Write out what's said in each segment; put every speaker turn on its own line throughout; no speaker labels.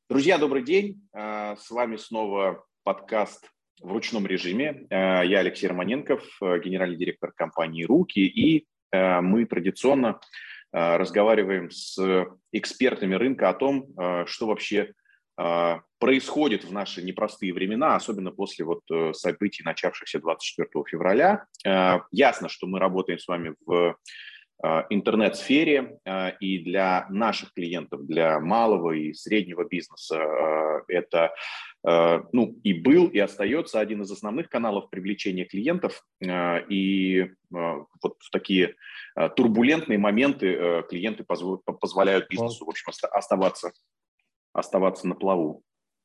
Друзья, добрый день. С вами снова подкаст в ручном режиме. Я Алексей Романенков, генеральный директор компании «Руки», и мы традиционно разговариваем с экспертами рынка о том, что вообще происходит в наши непростые времена, особенно после событий, начавшихся 24 февраля. Ясно, что мы работаем с вами в интернет-сфере, и для наших клиентов, для малого и среднего бизнеса это и был, и остается один из основных каналов привлечения клиентов. И вот в такие турбулентные моменты клиенты позволяют бизнесу, в общем, оставаться на плаву.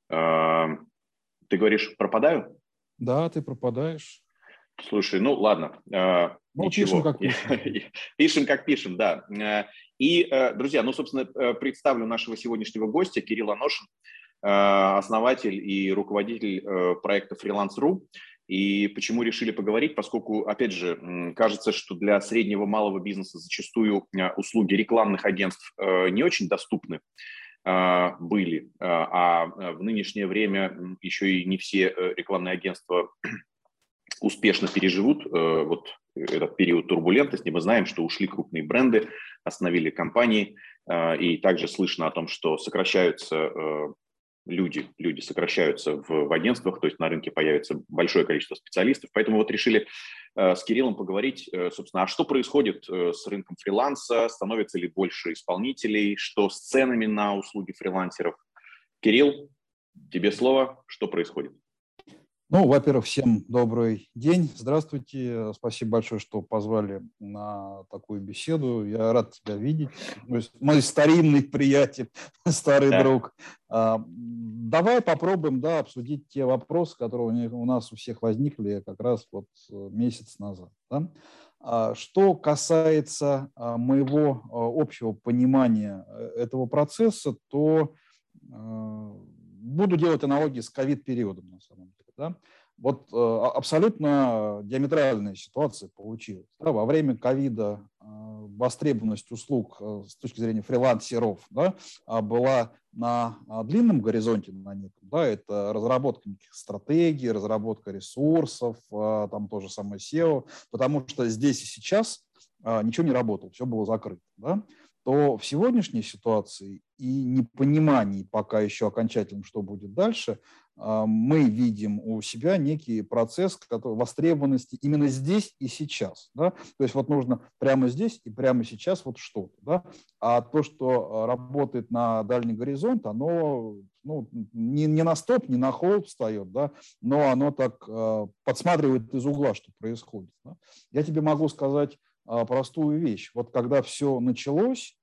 Ты говоришь, пропадаю?
Да, ты пропадаешь.
Слушай, ну ладно, ничего.
Пишем, как пишем.
Пишем, как пишем, да. И, друзья, собственно, представлю нашего сегодняшнего гостя, Кирилл Аношин, основатель и руководитель проекта Freelance.ru. И почему решили поговорить? Поскольку, опять же, кажется, что для среднего малого бизнеса зачастую услуги рекламных агентств не очень доступны были, а в нынешнее время еще и не все рекламные агентства успешно переживут этот период турбулентности. Мы знаем, что ушли крупные бренды, остановили компании, и также слышно о том, что сокращаются люди сокращаются в агентствах, то есть на рынке появится большое количество специалистов. Поэтому решили с Кириллом поговорить, собственно, а что происходит с рынком фриланса, становится ли больше исполнителей, что с ценами на услуги фрилансеров. Кирилл, тебе слово, что происходит?
Во-первых, всем добрый день. Здравствуйте. Спасибо большое, что позвали на такую беседу. Я рад тебя видеть. Мой старинный приятель, старый друг. Давай попробуем обсудить те вопросы, которые у нас у всех возникли как раз месяц назад. Да? Что касается моего общего понимания этого процесса, то буду делать аналогии с ковид-периодом, на самом деле. Да? Абсолютно диаметральная ситуация получилась. Да? Во время ковида востребованность услуг с точки зрения фрилансеров была на длинном горизонте, на неком. Да? Это разработка неких стратегий, разработка ресурсов, там то же самое SEO, потому что здесь и сейчас ничего не работало, все было закрыто. Да? То в сегодняшней ситуации и непонимании пока еще окончательно, что будет дальше, мы видим у себя некий процесс востребованности именно здесь и сейчас. Да? То есть нужно прямо здесь и прямо сейчас что-то. Да? А то, что работает на дальний горизонт, оно не на стоп, не на холд встает, да? Но оно так подсматривает из угла, что происходит. Да? Я тебе могу сказать простую вещь. Когда все началось,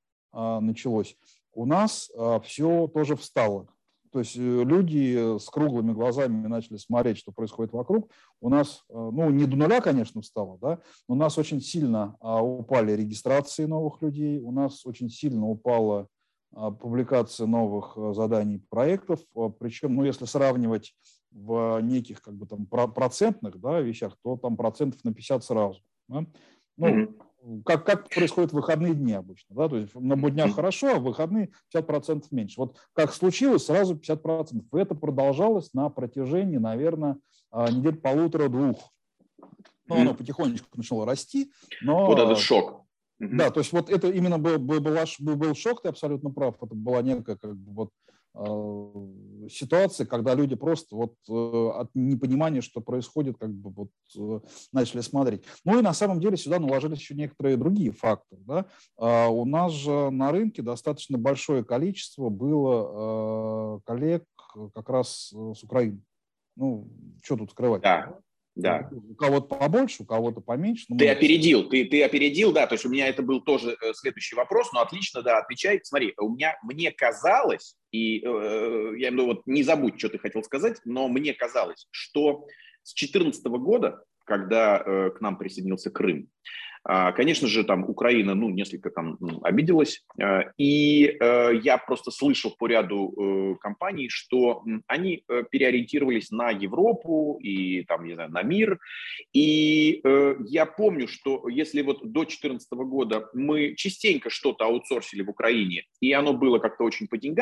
у нас все тоже встало. То есть люди с круглыми глазами начали смотреть, что происходит вокруг. У нас, не до нуля, конечно, встало, да, но у нас очень сильно упали регистрации новых людей, у нас очень сильно упала публикация новых заданий, проектов. Причем, если сравнивать в неких процентных вещах, то там процентов на 50 сразу. Да? Как происходит в выходные дни обычно. Да? То есть на буднях хорошо, а в выходные 50% меньше. Как случилось, сразу 50%. И это продолжалось на протяжении, наверное, недель полутора-двух. Оно потихонечку начало расти. Но...
Вот это шок.
Да, то есть это именно был шок, ты абсолютно прав. Это была некая ситуация, когда люди просто от непонимания, что происходит, начали смотреть. И на самом деле сюда наложились еще некоторые другие факторы. Да? У нас же на рынке достаточно большое количество было коллег как раз с Украины. Что тут скрывать?
Да.
У кого-то побольше, у кого-то поменьше.
Ты опередил, да, то есть у меня это был тоже следующий вопрос, но отлично, да, отвечай. Смотри, мне казалось, и я не забудь, что ты хотел сказать, но мне казалось, что с 2014 года, когда к нам присоединился Крым, конечно же, там Украина, несколько обиделась, и я просто слышал по ряду компаний, что они переориентировались на Европу и на мир, и я помню, что если до 2014 года мы частенько что-то аутсорсили в Украине, и оно было как-то очень по деньгам,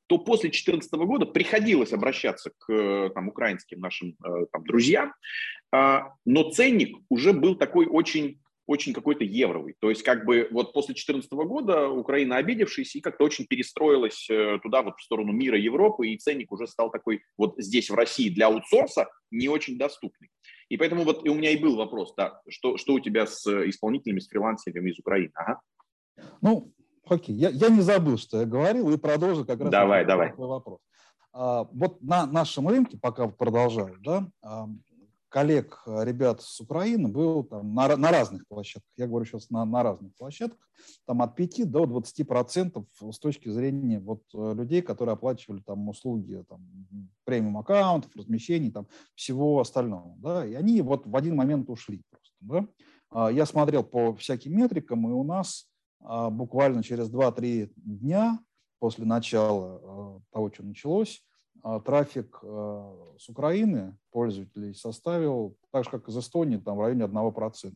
то после 2014 года приходилось обращаться к там, украинским нашим там, друзьям, но ценник уже был такой очень, очень какой-то евровый. То есть как бы вот после 2014 года Украина, обидевшись, и как-то очень перестроилась туда, вот в сторону мира, Европы, и ценник уже стал такой вот здесь, в России, для аутсорса не очень доступный. И поэтому вот и у меня и был вопрос, да, что у тебя с исполнителями, с фрилансерами из Украины? Ага.
Ну, окей, я не забыл, что я говорил, и продолжу как раз
Давай.
твой вопрос. Вот на нашем рынке, пока продолжаю, да, коллег, ребят с Украины был там на разных площадках, я говорю сейчас на разных площадках, там от 5 до 20% с точки зрения вот людей, которые оплачивали там услуги там, премиум аккаунтов, размещений, там, всего остального. Да, и они вот в один момент ушли просто. Да. Я смотрел по всяким метрикам, и у нас буквально через 2-3 дня после начала того, что началось, трафик с Украины пользователей составил, так же, как из Эстонии, там в районе 1%.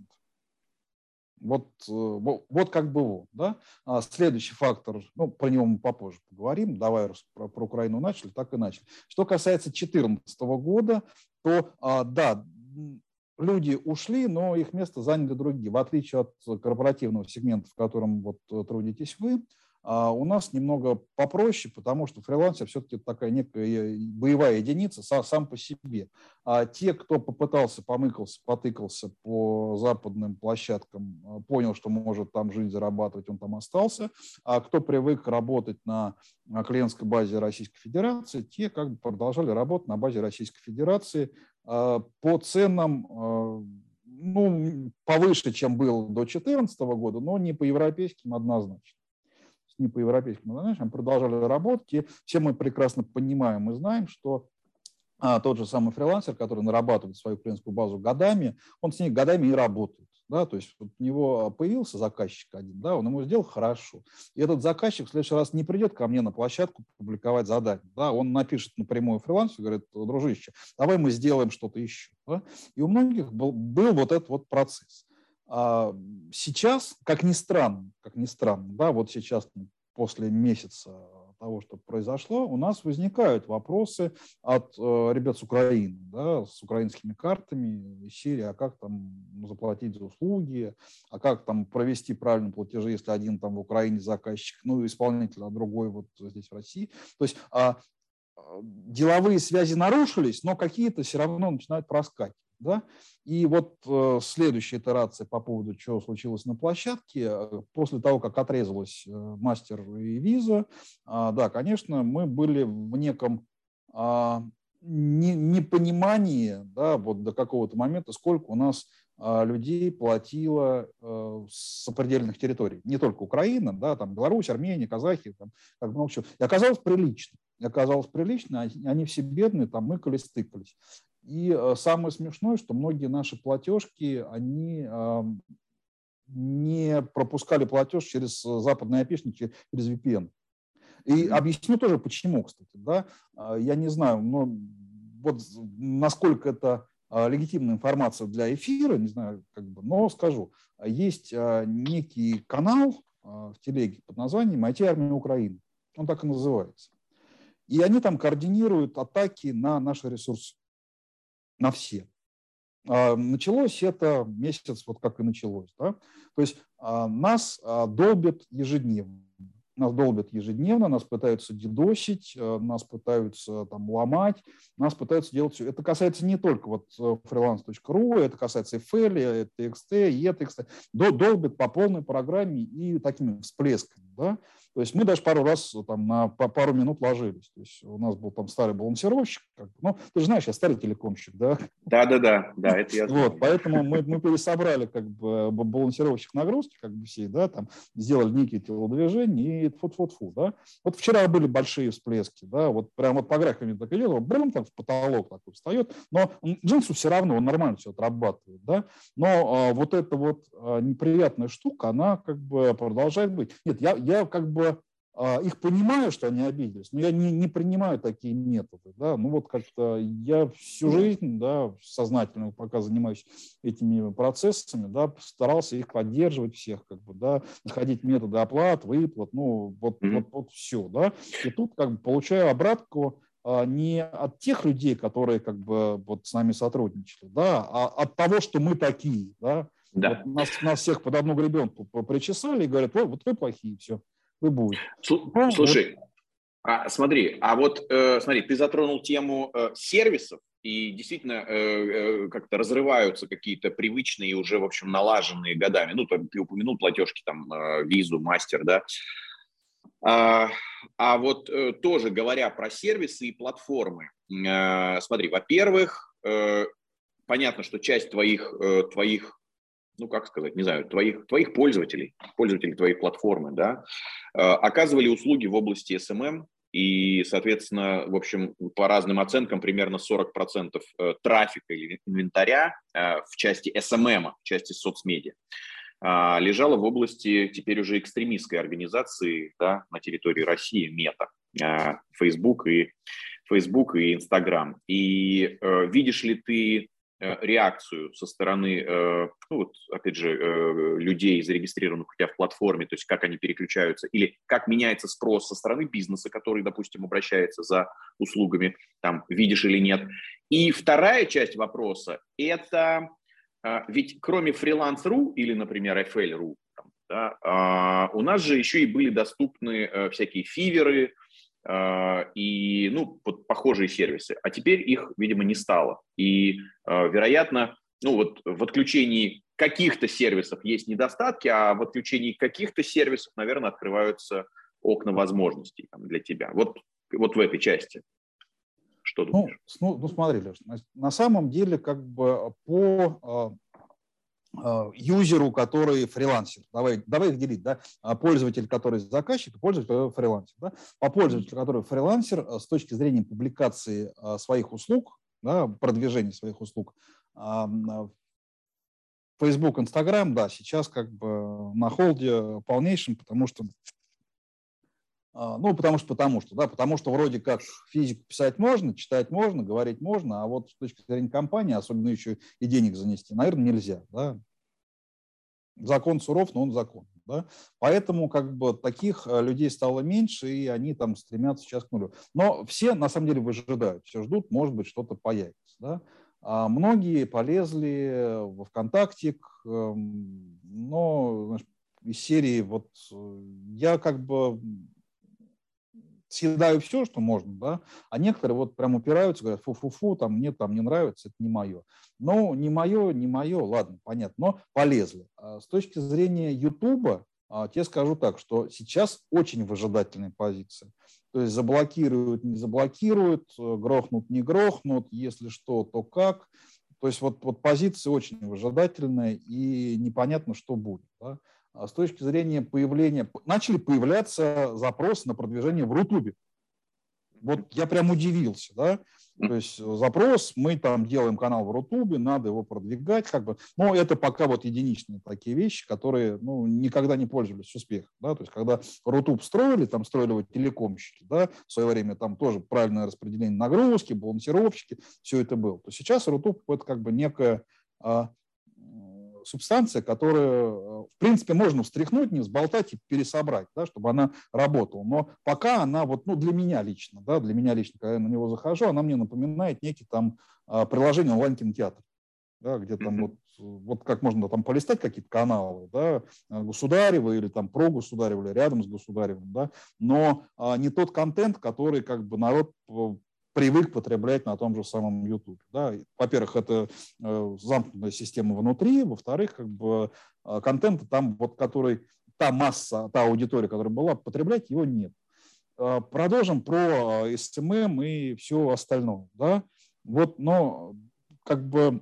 Вот как было. Да? Следующий фактор, ну, про него мы попозже поговорим, давай про Украину начали, так и начали. Что касается 2014 года, то да, люди ушли, но их место заняли другие. В отличие от корпоративного сегмента, в котором вот трудитесь вы, у нас немного попроще, потому что фрилансер все-таки такая некая боевая единица сам по себе. А те, кто попытался, помыкался, потыкался по западным площадкам, понял, что может там жить, зарабатывать, он там остался. А кто привык работать на клиентской базе Российской Федерации, те как бы продолжали работать на базе Российской Федерации по ценам, ну, повыше, чем было до 2014 года, но не по европейским однозначно. Не по европейским однозначно, продолжали работать, и все мы прекрасно понимаем и знаем, что тот же самый фрилансер, который нарабатывает свою клиентскую базу годами, он с ней годами и работает. Да, то есть вот у него появился заказчик один, да, он ему сделал хорошо. И этот заказчик в следующий раз не придет ко мне на площадку публиковать задание. Да, он напишет напрямую фрилансеру, говорит: дружище, давай мы сделаем что-то еще. Да? И у многих был вот этот вот процесс. Сейчас, как ни странно, да, вот сейчас после месяца того, что произошло, у нас возникают вопросы от ребят с Украины, да, с украинскими картами из Сирии, а как там заплатить за услуги, а как там провести правильные платежи, если один там в Украине заказчик, ну, исполнитель, а другой вот здесь в России. То есть деловые связи нарушились, но какие-то все равно начинают проскакивать. Да? И вот следующая итерация по поводу, чего случилось на площадке, после того, как отрезалась мастер и виза, да, конечно, мы были в неком непонимании, да, вот до какого-то момента, сколько у нас людей платило с сопредельных территорий. Не только Украина, да, там Беларусь, Армения, казахи, там, как много чего. И оказалось прилично, они все бедные, там мыкались, тыкались. И самое смешное, что многие наши платежки, они не пропускали платеж через западные IP-шники, через VPN. И объясню тоже, почему, кстати. Да? Я не знаю, но вот насколько это легитимная информация для эфира, не знаю, как бы, но скажу. Есть некий канал в телеге под названием «IT-армия Украины». Он так и называется. И они там координируют атаки на наши ресурсы. На все. Началось это месяц, вот как и началось. Да? То есть нас долбят ежедневно. Нас пытаются дидосить, нас пытаются там ломать, нас пытаются делать все. Это касается не только вот freelance.ru, это касается и FL, и TXT, и ETXT. Долбят по полной программе и такими всплесками. Да? То есть мы даже пару раз там на пару минут ложились. То есть у нас был там старый балансировщик. Ну, ты же знаешь, я старый телекомщик, да?
Да, это я знаю.
Вот, поэтому мы пересобрали как бы балансировщик нагрузки, как бы все, да, там сделали некие телодвижения и тьфу-тьфу-тьфу, да. Вот вчера были большие всплески, да, вот прям вот по графике так идет, брум, там в потолок такой встает, но джинсу все равно, он нормально все отрабатывает, да. Но вот эта вот неприятная штука, она как бы продолжает быть. Нет, я как бы их понимаю, что они обиделись, но я не принимаю такие методы. Да? Ну вот как-то я всю жизнь, да, сознательно, пока занимаюсь этими процессами, да, старался их поддерживать всех, как бы, да, находить методы оплат, выплат, ну вот все. Да? И тут как бы получаю обратку не от тех людей, которые как бы вот с нами сотрудничали, да, а от того, что мы такие. Да?
Да.
Вот нас всех под одну гребенку причесали и говорят, вот вы плохие, все. Вы будете.
Слушай, смотри, смотри, ты затронул тему сервисов, и действительно как-то разрываются какие-то привычные, уже, в общем, налаженные годами. Ну, ты упомянул платежки, там, визу, мастер, да. Вот тоже говоря про сервисы и платформы, смотри, во-первых, понятно, что часть твоих, ну, как сказать, не знаю, твоих пользователей твоей платформы, да, оказывали услуги в области SMM, и, соответственно, в общем, по разным оценкам, примерно 40% трафика или инвентаря в части SMM, в части соцмедиа, лежала в области теперь уже экстремистской организации, да, на территории России, Мета, Facebook и Instagram. И видишь ли ты реакцию со стороны, ну, вот, опять же, людей, зарегистрированных у тебя в платформе, то есть как они переключаются, или как меняется спрос со стороны бизнеса, который, допустим, обращается за услугами, там, видишь или нет. И вторая часть вопроса – это ведь кроме Freelance.ru или, например, FL.ru, да, у нас же еще и были доступны всякие фиверы, и, ну, вот похожие сервисы. А теперь их, видимо, не стало. И, вероятно, ну, вот в отключении каких-то сервисов есть недостатки, а в отключении каких-то сервисов, наверное, открываются окна возможностей там, для тебя. Вот в этой части. Что думаешь?
Ну смотри, Леш, на самом деле как бы по юзеру, который фрилансер. Давай их делить. Да? Пользователь, который заказчик, и пользователь, который фрилансер. Да? По пользователю, который фрилансер, с точки зрения публикации своих услуг, да, продвижения своих услуг, Facebook, Instagram, да, сейчас как бы на холде полнейшем, потому что вроде как физику писать можно, читать можно, говорить можно, а вот с точки зрения компании, особенно еще и денег занести, наверное, нельзя. Да? Закон суров, но он закон. Да? Поэтому как бы таких людей стало меньше, и они там стремятся сейчас к нулю. Но все на самом деле выжидают, все ждут, может быть, что-то появится. Да? Многие полезли во ВКонтактик, но знаешь, из серии вот я как бы съедаю все, что можно, да, а некоторые вот прям упираются, говорят, фу-фу-фу, там мне там не нравится, это не мое. Ну, не мое, ладно, понятно, но полезли. С точки зрения Ютуба, тебе скажу так, что сейчас очень выжидательная позиция. То есть заблокируют, не заблокируют, грохнут, не грохнут, если что, то как. То есть вот позиция очень выжидательная, и непонятно, что будет. Да? С точки зрения появления, начали появляться запросы на продвижение в Рутубе. Вот я прям удивился, да, то есть запрос, мы там делаем канал в Рутубе, надо его продвигать, как бы, но это пока вот единичные такие вещи, которые, ну, никогда не пользовались успехом, да, то есть когда Рутуб строили, там строили вот телекомщики, да, в свое время там тоже правильное распределение нагрузки, балансировщики, все это было, то сейчас Рутуб это как бы некая субстанция, которую, в принципе, можно встряхнуть, не взболтать и пересобрать, да, чтобы она работала. Но пока она, вот, ну, для меня лично, когда я на него захожу, она мне напоминает некий там приложение онлайн-кинотеатр, да, где там вот как можно там полистать какие-то каналы, да, государево или там про государево, или рядом с государевым, да, но не тот контент, который как бы народ привык потреблять на том же самом YouTube. Да. Во-первых, это замкнутая система внутри, во-вторых, как бы контента там, вот, который, та масса, та аудитория, которая была, потреблять его нет. Продолжим про SMM и все остальное. Да. Вот, но как бы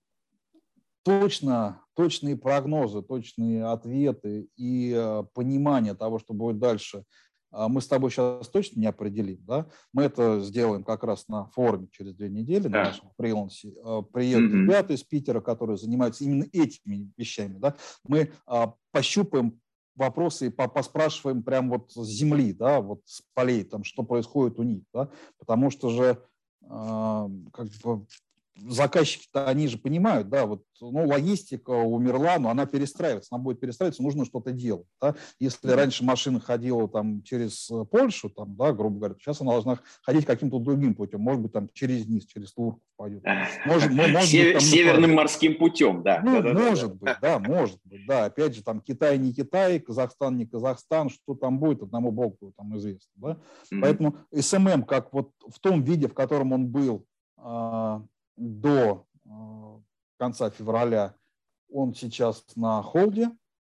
точные прогнозы, точные ответы и понимание того, что будет дальше, мы с тобой сейчас точно не определим. Да? Мы это сделаем как раз на форуме через 2 недели, на нашем фрилансе. Приедут ребята из Питера, которые занимаются именно этими вещами. Да? Мы пощупаем вопросы поспрашиваем прям вот с земли, да, вот с полей, там, что происходит у них, да, потому что же как бы заказчики-то, они же понимают, да, вот, ну, логистика умерла, но она перестраивается, она будет перестраиваться, нужно что-то делать, да. Если раньше машина ходила там через Польшу, там, да, грубо говоря, сейчас она должна ходить каким-то другим путем, может быть, там через низ, через Турку пойдет.
Может быть, там северным морским путем, да.
Ну, может быть, да, опять же, там Китай не Китай, Казахстан не Казахстан, что там будет, одному Богу там известно, да. Поэтому СММ, как вот в том виде, в котором он был до конца февраля, он сейчас на холде,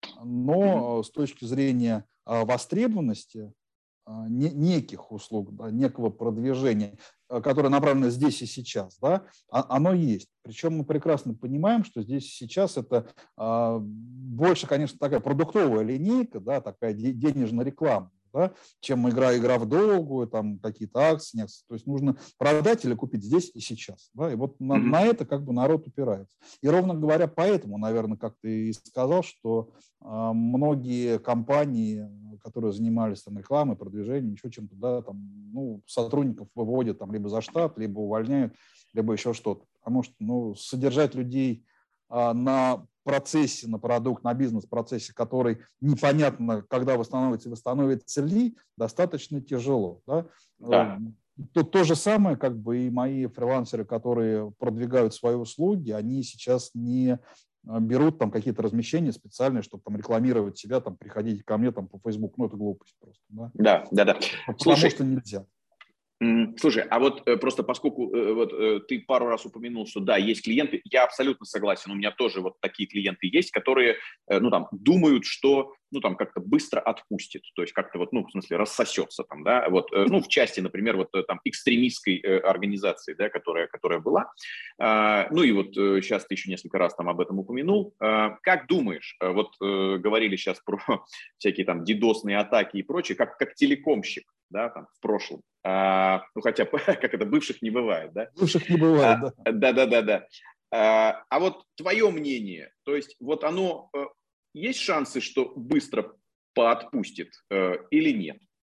но с точки зрения востребованности неких услуг, да, некого продвижения, которое направлено здесь и сейчас, да, оно есть. Причем мы прекрасно понимаем, что здесь и сейчас это больше, конечно, такая продуктовая линейка, да, такая денежная реклама, да, чем игра в долгую, там какие-то акции. То есть нужно продать или купить здесь и сейчас. Да, и вот на это как бы народ упирается. И ровно говоря, поэтому, наверное, как ты и сказал, что многие компании, которые занимались там рекламой, продвижением, еще чем-то, да, там, ну, сотрудников выводят там либо за штат, либо увольняют, либо еще что-то. Потому что, ну, содержать людей на процессе, на продукт, на бизнес-процессе, который непонятно, когда восстановится ли, достаточно тяжело. Да?
Да.
То же самое, как бы и мои фрилансеры, которые продвигают свои услуги, они сейчас не берут там какие-то размещения специальные, чтобы там рекламировать себя, там приходите ко мне там по Facebook, ну это глупость просто.
Да.
Потому что нельзя.
Слушай, а вот просто поскольку вот ты пару раз упомянул, что да, есть клиенты, я абсолютно согласен, у меня тоже вот такие клиенты есть, которые, ну там, думают, что, ну там, как-то быстро отпустит, то есть как-то вот, ну, в смысле, рассосется там, да, вот, ну, в части, например, вот там экстремистской организации, да, которая была, ну и вот сейчас ты еще несколько раз там об этом упомянул, как думаешь, вот говорили сейчас про всякие там дидосные атаки и прочее, как телекомщик, да, там, в прошлом. Ну, хотя, как это, бывших не бывает, да?
Бывших не бывает, да.
Да. А вот твое мнение, то есть вот оно, есть шансы, что быстро поотпустит или нет?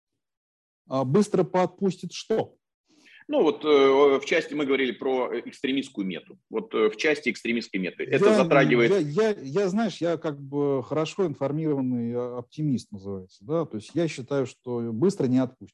Быстро поотпустит что?
Ну, вот в части мы говорили про экстремистскую мету. Вот в части экстремистской меты. Это затрагивает...
Я, знаешь, я как бы хорошо информированный оптимист называется. Да? То есть я считаю, что быстро не отпустит.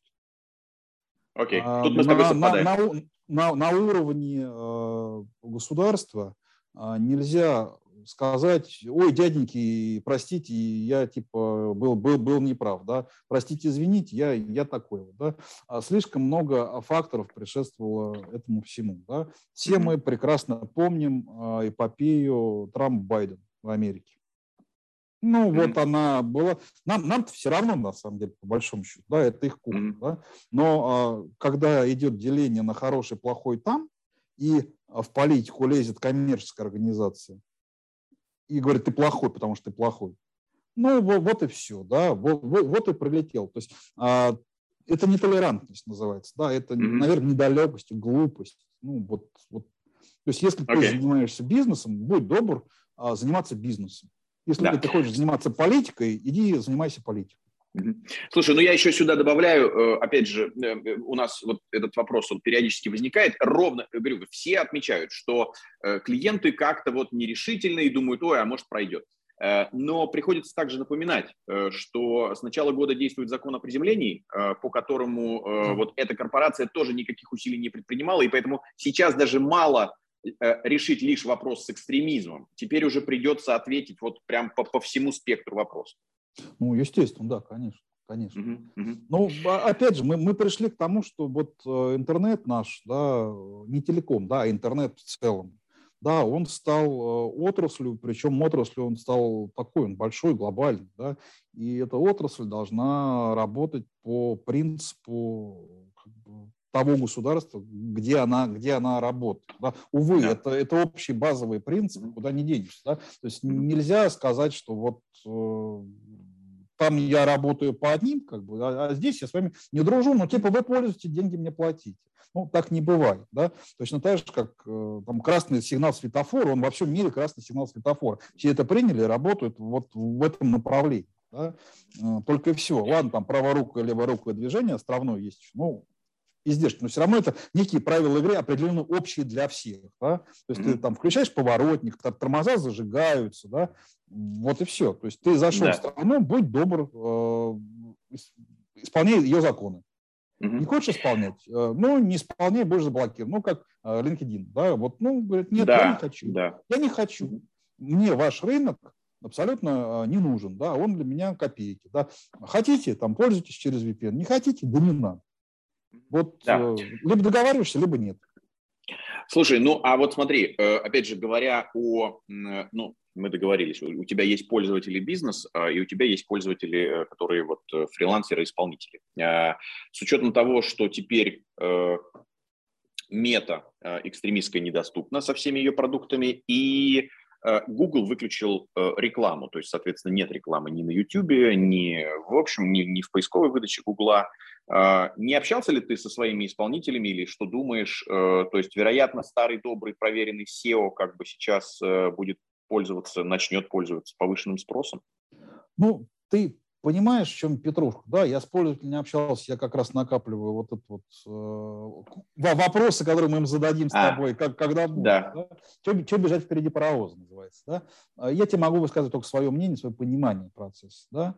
Окей, тут мы с тобой совпадаем.
На уровне государства нельзя сказать: ой, дяденьки, простите, я типа был неправ, да, простите, извините, я такой вот, да. Слишком много факторов предшествовало этому всему, да. Все мы прекрасно помним эпопею Трамп-Байден в Америке. Ну, вот она была... Нам-то все равно, на самом деле, по большому счету, да, это их кухня, да. Но когда идет деление на хороший, плохой там, и в политику лезет коммерческая организация, и говорит: ты плохой, потому что ты плохой. Ну, вот и все, да, вот и прилетел. То есть это нетолерантность называется, да, это, наверное, недалекость, глупость. Ну, вот. То есть если ты занимаешься бизнесом, будь добр заниматься бизнесом. Если ты хочешь заниматься политикой, иди занимайся политикой.
Слушай, ну я еще сюда добавляю, опять же, у нас вот этот вопрос он периодически возникает, ровно, говорю, все отмечают, что клиенты как-то вот нерешительны и думают: ой, а может пройдет. Но приходится также напоминать, что с начала года действует закон о приземлении, по которому вот эта корпорация тоже никаких усилий не предпринимала, и поэтому сейчас даже мало решить лишь вопрос с экстремизмом. Теперь уже придется ответить вот прям по всему спектру вопросов.
Ну, естественно, да, конечно. Но, опять же, мы пришли к тому, что вот интернет наш, да, не телеком, да, а интернет в целом, да, он стал отраслью, причем отраслью он стал такой, он большой, глобальный, да, и эта отрасль должна работать по принципу того государства, где она работает. Да. Увы, это общий базовый принцип, куда не денешься. Да. То есть нельзя сказать, что вот там я работаю по одним, как бы, а здесь я с вами не дружу, но типа вы пользуетесь, деньги мне платите. Ну, так не бывает. Да. Точно так же, как там красный сигнал светофора, он во всем мире красный сигнал светофора. Все это приняли и работают вот в этом направлении. Да? Только и всего. Ладно, там праворукое, леворукое движение островное есть. Ну, издержки, но все равно это некие правила игры, определенно общие для всех. Да? То есть ты там включаешь поворотник, тормоза зажигаются, да? Вот и все. То есть ты зашел в страну, будь добр, исполняй ее законы. Не хочешь исполнять? Ну, не исполняй, будешь заблокирован. Ну, как LinkedIn. Да? Вот, ну, говорит, нет, я не хочу. Да. Я не хочу. Мне ваш рынок абсолютно не нужен. Да? Он для меня копейки. Да? Хотите, там, пользуйтесь через VPN. Не хотите, да не надо. Вот либо договариваешься, либо нет.
Слушай, ну а вот смотри, опять же говоря о, ну, мы договорились, у тебя есть пользователи бизнес, и у тебя есть пользователи, которые вот фрилансеры, исполнители. С учетом того, что теперь мета экстремистская недоступна со всеми ее продуктами, и Google выключил рекламу, то есть, соответственно, нет рекламы ни на YouTube, ни в общем, ни в поисковой выдаче Гугла. Не общался ли ты со своими исполнителями или что думаешь? То есть, вероятно, старый, добрый, проверенный SEO как бы сейчас будет пользоваться, начнет пользоваться повышенным спросом?
Ну, ты понимаешь, в чем петрушка? Да, я с пользователем не общался, я как раз накапливаю вот это вот вопросы, которые мы им зададим с тобой, когда будет. Да. Да? Что бежать впереди паровоза, называется. Да? Я тебе могу высказать только свое мнение, свое понимание процесса. Да?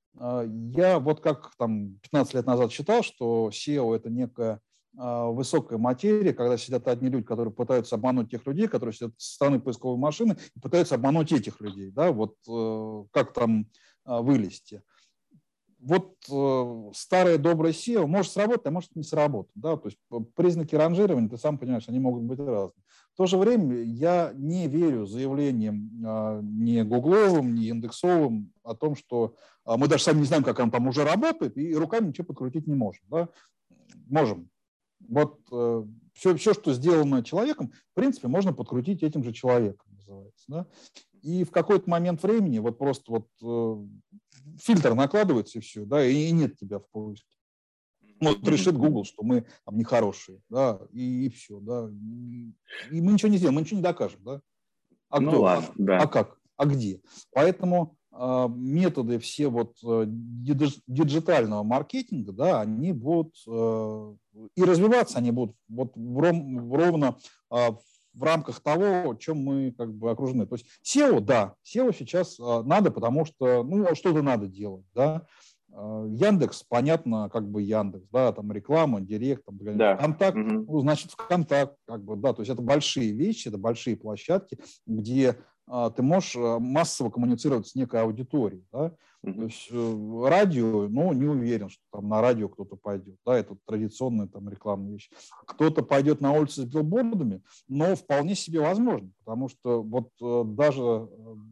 Я вот как там 15 лет назад считал, что SEO – это некая высокая материя, когда сидят одни люди, которые пытаются обмануть тех людей, которые сидят со стороны поисковой машины и пытаются обмануть этих людей. Да? Вот как там вылезти. Вот старое доброе SEO может сработать, а может не сработать. Да? То есть признаки ранжирования, ты сам понимаешь, они могут быть разные. В то же время я не верю заявлениям ни гугловым, ни индексовым о том, что мы даже сами не знаем, как он там уже работает, и руками ничего подкрутить не можем. Да? Можем. Вот все, что сделано человеком, в принципе, можно подкрутить этим же человеком, называется. Да? И в какой-то момент времени вот просто вот фильтр накладывается и все, да, и нет тебя в поиске. Вот решит Google, что мы там нехорошие, да, и все, да. И мы ничего не сделаем, мы ничего не докажем, да. А
ну ладно, да.
А как? А где? Поэтому методы все вот диджитального маркетинга, да, они будут и развиваться, они будут вот ровно в рамках того, чем мы как бы окружены. То есть SEO, да, SEO сейчас надо, потому что, ну, что-то надо делать, да. Яндекс, понятно, как бы Яндекс, да, там реклама, Директ, там, да. ВКонтакт, ну, значит, ВКонтакт, как бы, да, то есть это большие вещи, это большие площадки, где ты можешь массово коммуницировать с некой аудиторией, да. То есть радио, ну, не уверен, что там на радио кто-то пойдет, да, это традиционная там рекламная вещь. Кто-то пойдет на улице с билбордами, но вполне себе возможно, потому что вот даже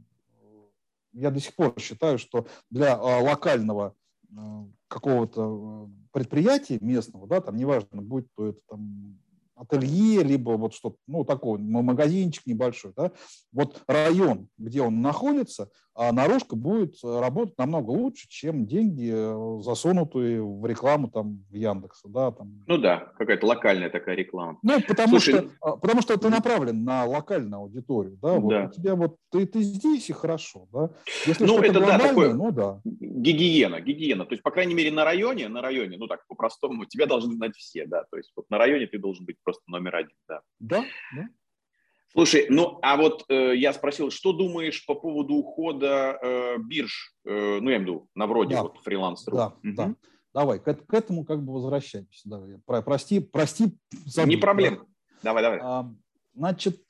я до сих пор считаю, что для локального какого-то предприятия местного, да, там неважно, будет то это там ателье, либо вот что-то, ну, такой магазинчик небольшой, да, вот район, где он находится, наружка будет работать намного лучше, чем деньги, засунутые в рекламу там в Яндексе, да, там.
Ну да, какая-то локальная такая реклама.
Ну, потому что это направлен на локальную аудиторию, да, вот у тебя вот ты здесь и хорошо, да. Если
ну,
что-то
это
глобальное,
да, такое,
ну да.
Гигиена, то есть, по крайней мере, на районе, ну так, по-простому, тебя должны знать все, да, то есть, вот на районе ты должен быть просто номер один, да.
Да.
Слушай, ну, а вот я спросил, что думаешь по поводу ухода бирж, ну, я имею в виду, на вроде
да.
вот фриланс.ру?
Да. Давай, к этому как бы возвращаемся. Да. Прости.
Не проблема. Давай.
Значит,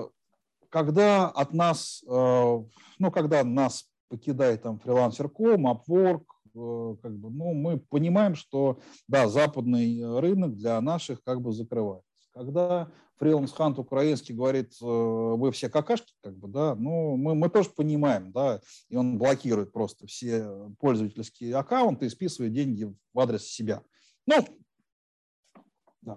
когда от нас, когда нас покидает там фрилансер.ком, Upwork, как бы, ну, мы понимаем, что, да, западный рынок для наших как бы закрывается. Когда фриланс-хант украинский говорит, вы все какашки, как бы, да, ну, мы тоже понимаем, да, и он блокирует просто все пользовательские аккаунты и списывает деньги в адрес себя. Ну, да.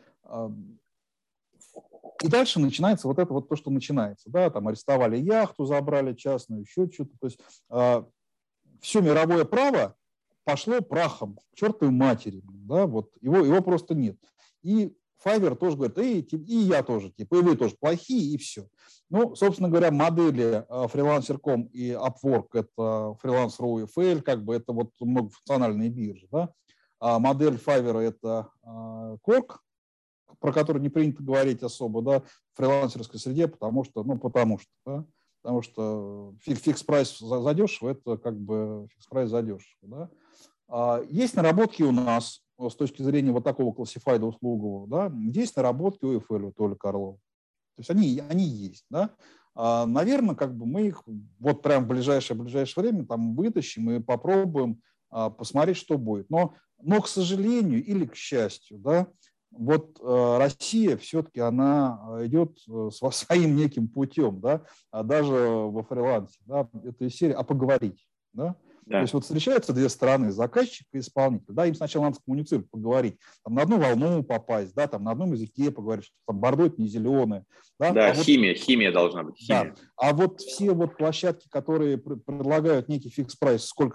И дальше начинается вот это вот то, что начинается, да, там арестовали яхту, забрали частную, еще что-то, то есть все мировое право пошло прахом к чертовой матери, да, вот его просто нет. И Fiverr тоже говорит, и я тоже, типа, и вы тоже плохие, и все. Ну, собственно говоря, модели Freelancer.com и Upwork – это Freelance.ru и FL, как бы это вот многофункциональные биржи, да. А модель Fiverr – это Quark, про который не принято говорить особо, да, в фрилансерской среде, потому что фикс-прайс задешево – это как бы фикс-прайс задешево, да. Есть наработки у нас с точки зрения вот такого классифайда услугового, да, есть наработки у FL, у Толи Карлова. То есть они есть, да. Наверное, как бы мы их вот прям в ближайшее время там вытащим и попробуем посмотреть, что будет. Но, к сожалению или к счастью, да, вот Россия все-таки она идет своим неким путем, да, даже во фрилансе, да, это из серии «А поговорить», да.
Да.
То есть вот встречаются две стороны, заказчик и исполнитель, да, им сначала надо коммуницировать, поговорить, там, на одну волну попасть, да, там, на одном языке поговорить, что там бордо это не зеленое. Да,
да, химия должна быть. Химия.
Да. А вот все вот площадки, которые предлагают некий фикс-прайс сколько,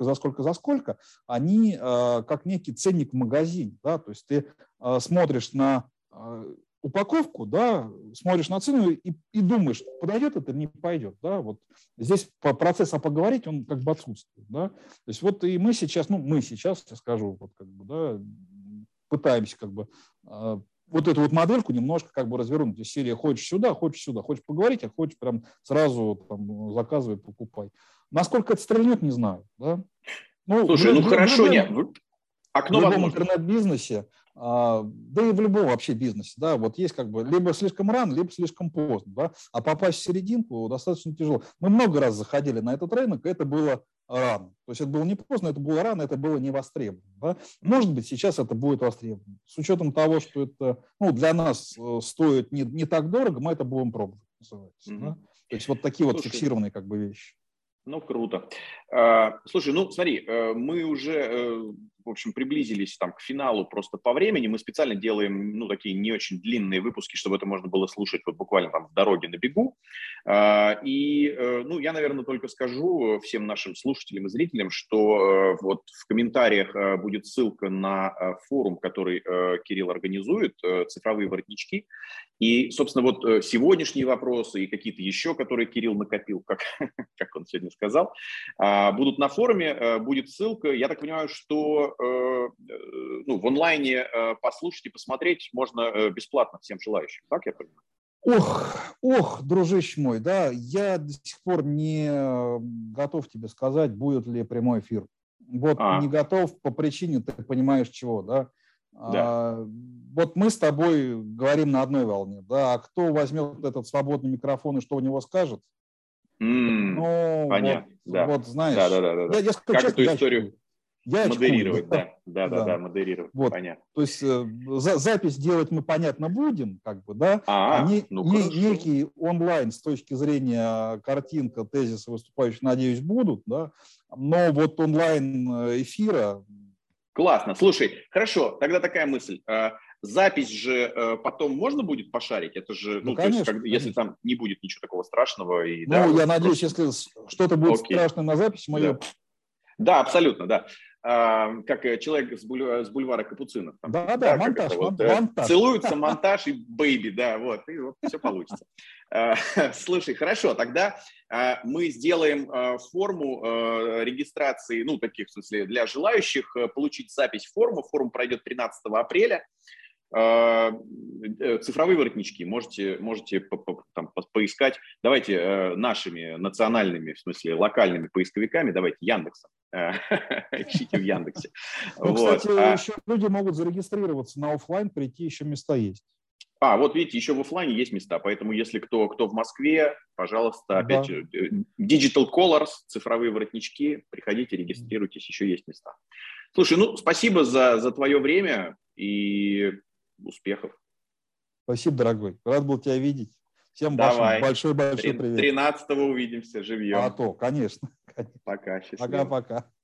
они как некий ценник в магазине, да, то есть ты смотришь на упаковку, да, смотришь на цену и думаешь, подойдет это или не пойдет, да, вот здесь процесс поговорить, он как бы отсутствует, да, то есть вот и мы сейчас, я скажу, вот как бы, да, пытаемся как бы вот эту вот модельку немножко как бы развернуть из серии хочешь сюда, хочешь поговорить, а хочешь прям сразу там заказывай, покупай. Насколько это стрельнет, не знаю, да.
Слушай, хорошо, нет, окно
в любом
возможностей.
интернет-бизнесе, да и в любом вообще бизнесе, да, вот есть как бы либо слишком рано, либо слишком поздно, да, а попасть в серединку достаточно тяжело. Мы много раз заходили на этот рынок, и это было рано. То есть это было не поздно, это было рано, это было не востребовано. Да? Может быть, сейчас это будет востребовано. С учетом того, что это для нас стоит не так дорого, мы это будем пробовать, называется. Да? То есть вот такие вот фиксированные как бы вещи.
Круто. Слушай, смотри, мы уже, в общем, приблизились там к финалу просто по времени. Мы специально делаем, такие не очень длинные выпуски, чтобы это можно было слушать вот буквально там в дороге на бегу. И, я, наверное, только скажу всем нашим слушателям и зрителям, что вот в комментариях будет ссылка на форум, который Кирилл организует, «Цифровые воротнички». И, собственно, вот сегодняшние вопросы и какие-то еще, которые Кирилл накопил, как он сегодня сказал, будут на форуме, будет ссылка. Я так понимаю, что в онлайне послушать и посмотреть можно бесплатно всем желающим, так я понимаю?
Ох, дружище мой, да, я до сих пор не готов тебе сказать, будет ли прямой эфир. Вот не готов по причине, ты понимаешь, чего, да?
Да.
Вот мы с тобой говорим на одной волне, да, а кто возьмет этот свободный микрофон и что у него скажет?
Понятно,
вот знаешь,
да.
Я скажу
как
честно,
эту историю модерировать,
да,
модерировать,
вот.
Понятно.
То есть запись делать мы, понятно, будем, как бы, да, некий онлайн с точки зрения картинка, тезисы выступающих, надеюсь, будут, да, но вот онлайн эфира...
Классно. Слушай, хорошо, тогда такая мысль. Запись же потом можно будет пошарить? Это же,
конечно,
то есть, если там не будет ничего такого страшного. И,
я надеюсь, если что-то будет страшное на записи, мы ее...
Да, абсолютно, да. Как человек с бульвара Капуцинов.
Монтаж.
Целуются, монтаж и бэйби, да, вот, и вот все получится. Слушай, хорошо, тогда мы сделаем форму регистрации, таких, в смысле, для желающих получить запись формы. Форум пройдет 13 апреля. Цифровые воротнички можете поискать. Давайте нашими национальными, в смысле локальными поисковиками, давайте Яндексом. Ищите в Яндексе.
Кстати, еще люди могут зарегистрироваться на офлайн, прийти, еще места есть.
Вот видите, еще в офлайне есть места, поэтому если кто в Москве, пожалуйста, опять Digital Colors, цифровые воротнички, приходите, регистрируйтесь, еще есть места. Слушай, спасибо за твое время и успехов.
Спасибо, дорогой. Рад был тебя видеть. Всем большой привет.
13-го увидимся живьем.
Конечно.
Пока, счастливо.
Пока.